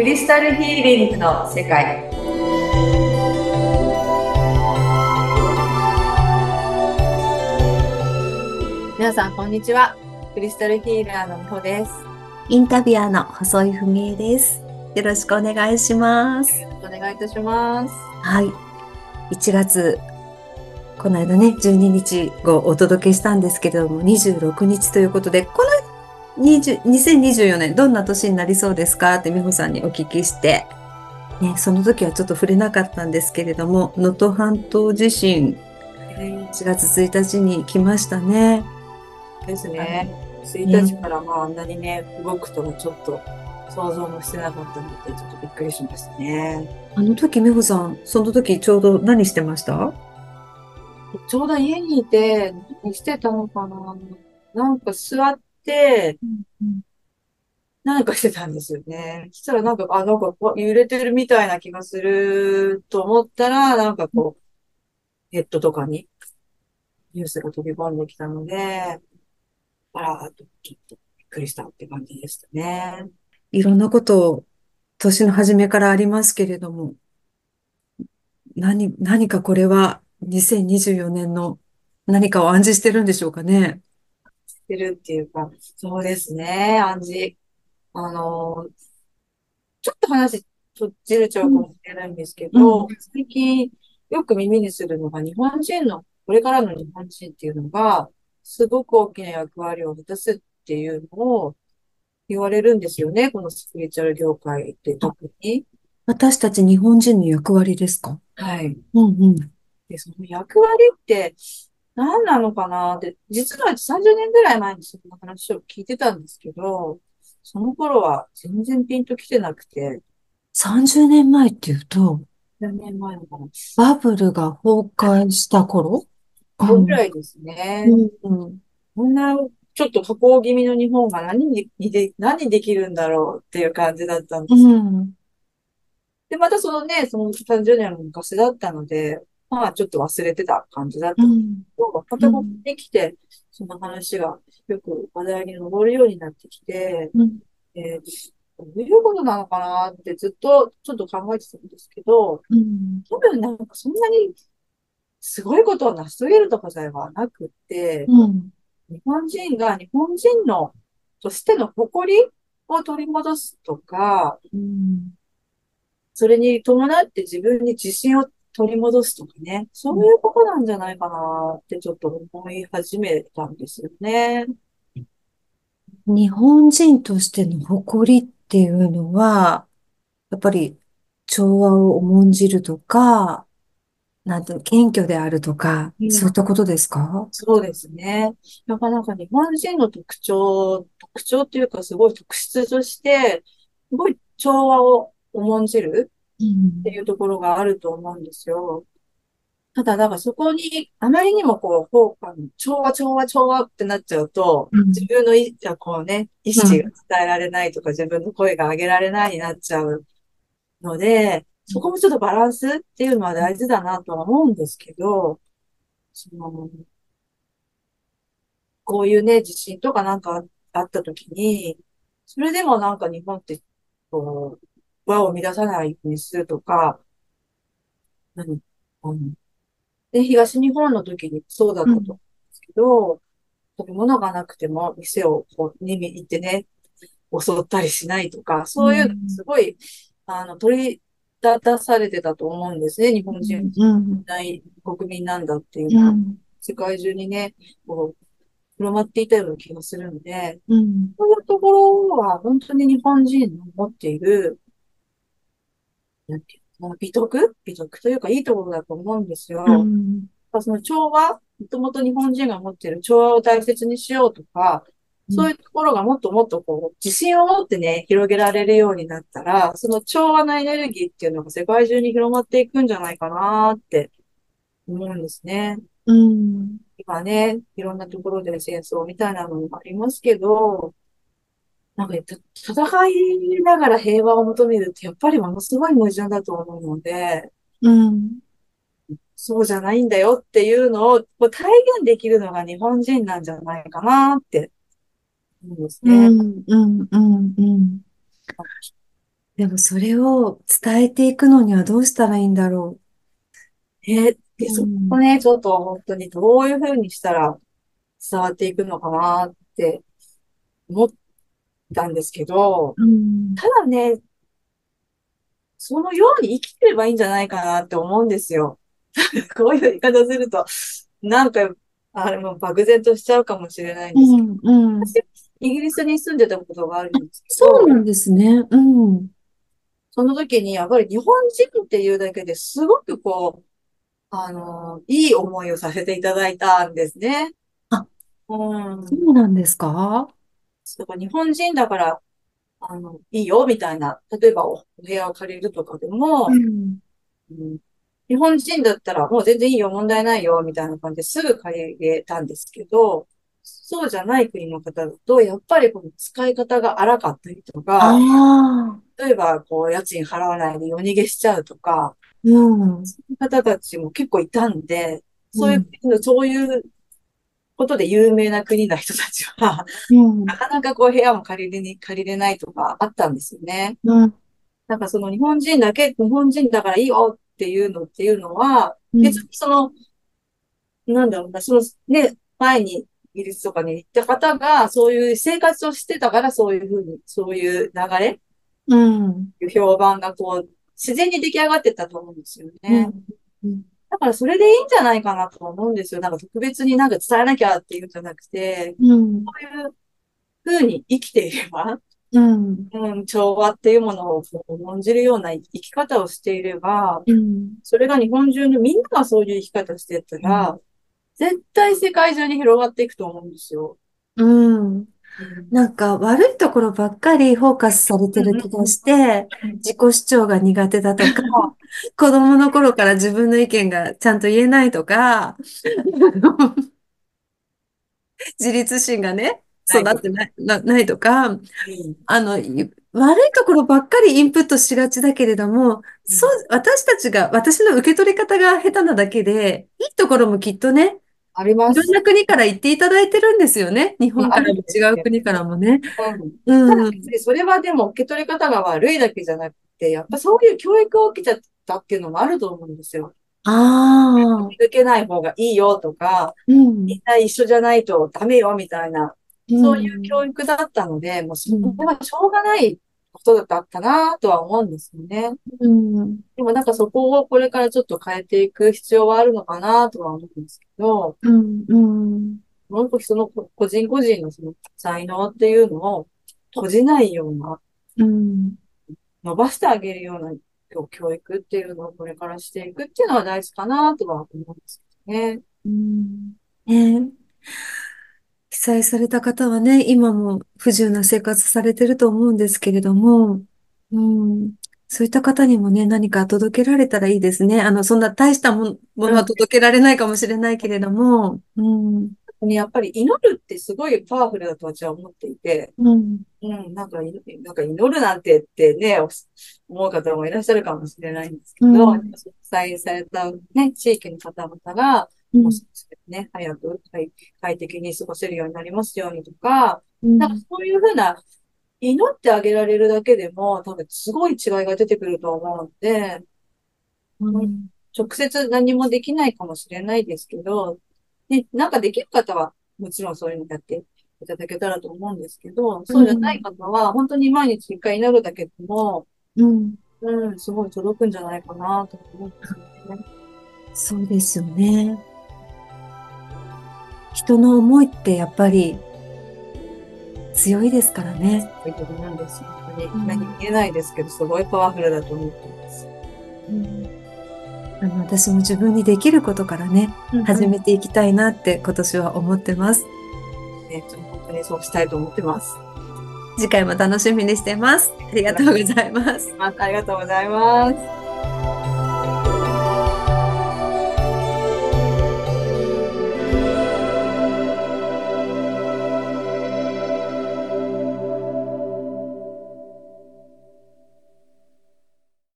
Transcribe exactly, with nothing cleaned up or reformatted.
クリスタルヒーリングの世界。皆さんこんにちは。クリスタルヒーラーのみほです。 インタビュアーの細井文江です。よろしくお願いします。 お願いいたします。 はい。いちがつ、この間ね、じゅうににちごお届けしたんですけれども、にじゅうろくにちということで、このにじゅう にせんにじゅうよねん、どんな年になりそうですかって美穂さんにお聞きして、ね、その時はちょっと触れなかったんですけれども、能登半島地震、 えーしがつついたちに来ましたね。 ですあのね。1 ね、 日からまああんなにね、動くとはちょっと想像もしてなかったので、ちょっとびっくりしましたね。 あの時美穂さん、その時ちょうど何してました？ ちょうど家にいて、何してたのかな。なんか座って、 うんうん。 何かしてたんですよね。そしたらなんか、あ、なんかこう揺れてるみたいな気がすると思ったら、なんかこう、ネットとかにニュースが飛び込んできたので、あらーっと、ちょっとびっくりしたって感じでしたね。 いろんなことを年の初めからありますけれども、何、何かこれはにせんにじゅうよねんの何かを暗示してるんでしょうかね。 してるっていうか、そうですね、暗示。あの、ちょっと話、とっちれちゃうん、 うかもしれないんですけうん、 ど、最近よく耳にするのが日本人の、これからの日本人っていうのが、すごく大きな役割を果たすっていうのを言われるんですよね。このスピリチュアル業界であ、 特に。 私たち日本人の役割ですか？ はい。 うん、うん、 で、その役割って何なのかなって、実はさんじゅうねんぐらい前にそんな話を聞いてたんですけど、その頃は全然ピンときてなくて、 さんじゅうねんまえっていうと、 何年前のかな。 バブルが崩壊した頃。う頃ぐん、 らいですね。 うん、うん、 こんな、ちょっと下降気味の日本が何にで、何できるんだろうっていう感じだったんうです。 ん、 で、またそのね、そのさんじゅうねんも昔だったので、まあちょっと忘れてた感じだったんですうん、 けど、またここうん、 に来て、その話がよく話題に上るようになってきて、 うん、 えーどういうことなのかなってずっとちょっと考えてたんですけど、 うん、 多分なんかそんなにすごいことを成し遂げるとかではなくって、 うん、 日本人が日本人のとしての誇りを取り戻すとか、 うん。 それに伴って自分に自信を取り戻すとかね、そういうことなんじゃないかなってちょっと思い始めたんですよね。 日本人としての誇りっていうのは、やっぱり調和を重んじるとか、なんていうの、謙虚であるとか、 うん、 そういったことですか？ そうですね。なかなか日本人の特徴、特徴っていうかすごい特質として、すごい調和を重んじるうん。 っていうところがあると思うんですよ。ただ、だからそこに、あまりにもこう、フォーカス、調和、調和、調和ってなっちゃうと、 うん。 自分の意、こうね、意思がうん。 伝えられないとか、自分の声が上げられないになっちゃうので、そこもちょっとバランスっていうのは大事だなとは思うんですけど、その、こういうね、地震とかなんかあった時に、それでもなんか日本って、こう、輪を乱さないようにするとか、何、うん、で、東日本の時にそうだったと思うんですけど、食べ物がなくても店をこう、に行ってね、襲ったりしないとか、 うそういうのん。 すごい、あの、取り立たされてたと思うんですね。日本人、 うん。 ない国民なんだっていうのが、 うん。 世界中にね、こう、広まっていたような気がするので、 うん。 そういうところは本当に日本人の持っている、なんていうのかな、美徳美徳というかいいところだと思うんですうよ。 ん。 その調和、もともと日本人が持っている調和を大切にしようとか、 うん。 そういうところがもっともっとこう、自信を持ってね、広げられるようになったら、その調和なエネルギーっていうのが世界中に広まっていくんじゃないかなって思うんですね。 うん。 今ね、いろんなところで戦争みたいなのもありますけど、なんかた戦いながら平和を求めるってやっぱりものすごい矛盾だと思うので、 うん。 そうじゃないんだよっていうのをこう体現できるのが日本人なんじゃないかなって思うんですうね。 ん。うん。うん。 でもそれを伝えていくのにはどうしたらいいんだろえ、で、 う。うそこん。 ね、ちょっと本当にどういうふうにしたら伝わっていくのかなって思ったんですけど、 うん。 ただね、そのように生きてればいいんじゃないかなって思うんですよ。こういう言い方すると、なんか、あれも漠然としちゃうかもしれないんですけど、 うん。うん。 私、イギリスに住んでたことがあるんですけど、 そうなんですね。うん。 その時にやっぱり日本人っていうだけですごくこう、あの、いい思いをさせていただいたんですね。 あ、 うん。 そうなんですか？ だから日本人だから、あの、いいよ、みたいな。例えばお部屋を借りるとかでも、 うん。 うん、日本人だったらもう全然いいよ、問題ないよ、みたいな感じですぐ借りれたんですけど、そうじゃない国の方だと、やっぱりこの使い方が荒かったりとあか、 あ、 例えばこう家賃払わないで夜逃げしちゃうとか、 うん。 そういう方たちも結構いたんで、そういうん。 う、そういうことで有名な国の人たちは、 うん。 なかなかこう部屋も借りれに、借りれないとかあったんですよね。 うん。 なんかその日本人だけ、日本人だからいいよっていうのっていうのは、別うん。 にその、なんだろうな、そのね、前にイギリスとかに行った方が、そういう生活をしてたから、そういうふうに、そういう流れ、 うん。 評判がこう、自然に出来上がってたと思うんですよね。 うん。うん。 だからそれでいいんじゃないかなと思うんですよ。なんか特別になんか伝えなきゃっていうんじゃなくて、 うん。 そういうふうに生きていれば、 うん。 うん、調和っていうものをこう重んじるような生き方をしていれば、 うん。 それが日本中のみんながそういう生き方してったうん。 ら、絶対世界中に広がっていくと思うんですよ。 うん。 うん。 なんか悪いところばっかりフォーカスされてうんる気がうんして、 うん。 自己主張が苦手だとか、子供の頃から自分の意見がちゃんと言えないとか、あの自立心がね、育ないとか。 ってない、な、ないとか、 うん。 あの、い悪いところばっかりインプットしがちだけれども、そう、 うん。 私たちが、私の受け取り方が下手なだけで、いいところもきっとね、 あります。 いろんな国から言っていただいてるんですよね。日うん、あるん本からもですけ違う国からもね。 ど。うん。ただうん。 別にそれはでも受け取り方が悪いだけじゃなくて、やっぱそういう教育を受けちゃったっていうのもあると思うんですよ。 ああ、 受けない方がいいよとか、 うん、 みんな一緒じゃないとダメよみたいな、 うそういう教ん、 育だったので、もうそうん、 れはしょうがないことだったなとは思うんですよね。 うん、 でもなんかそこをこれからちょっと変えていく必要はあるのかなとは思うんですけど、 うん、うん、 本当その個人個人のその才能っていうのを閉じないような、 うん、 伸ばしてあげるような教育っていうのをこれからしていくっていうのは大事かなとは思うんですけどね。 うん。ね、被災された方はね、今も不自由な生活されてると思うんですけれども、うん、そういった方にもね、何か届けられたらいいですね。あの、そんな大したもものはうん。 届けられないかもしれないけれども、うん、 やっぱり祈るってすごいパワフルだと私は思っていて、 うん、 うん、なんか、なんか祈るなんてってね、思う方もいらっしゃるかもしれないんですけど、被うん、 災されたね、地域の方々が、 うん、 もう少しね、早く快快適に過ごせるようになりますようにとか、なんかうん、 そういうふうな祈ってあげられるだけでも、多分すごい違いが出てくると思うので、うん、 うん、 直接何もできないかもしれないですけど、ね、なんかできる方はもちろんそういうのやっていただけたらと思うんですけど、そうじゃないうん、 方は本当に毎日一回祈るだけでも、 うん、 うん、すごい届くんじゃないかなと思うんですよね。 そうですよね。人の思いってやっぱり強いですからね。 そういうことなんです。本当に何もうん、 言えないですけど、すごいパワフルだと思っています。 うん、あの、私も自分にできることからね、 うんうん。 始めていきたいなって今年は思ってます。 ね、本当にそうしたいと思ってます。 次回も楽しみにしてます。ありがとうございます。 ありがとうございます。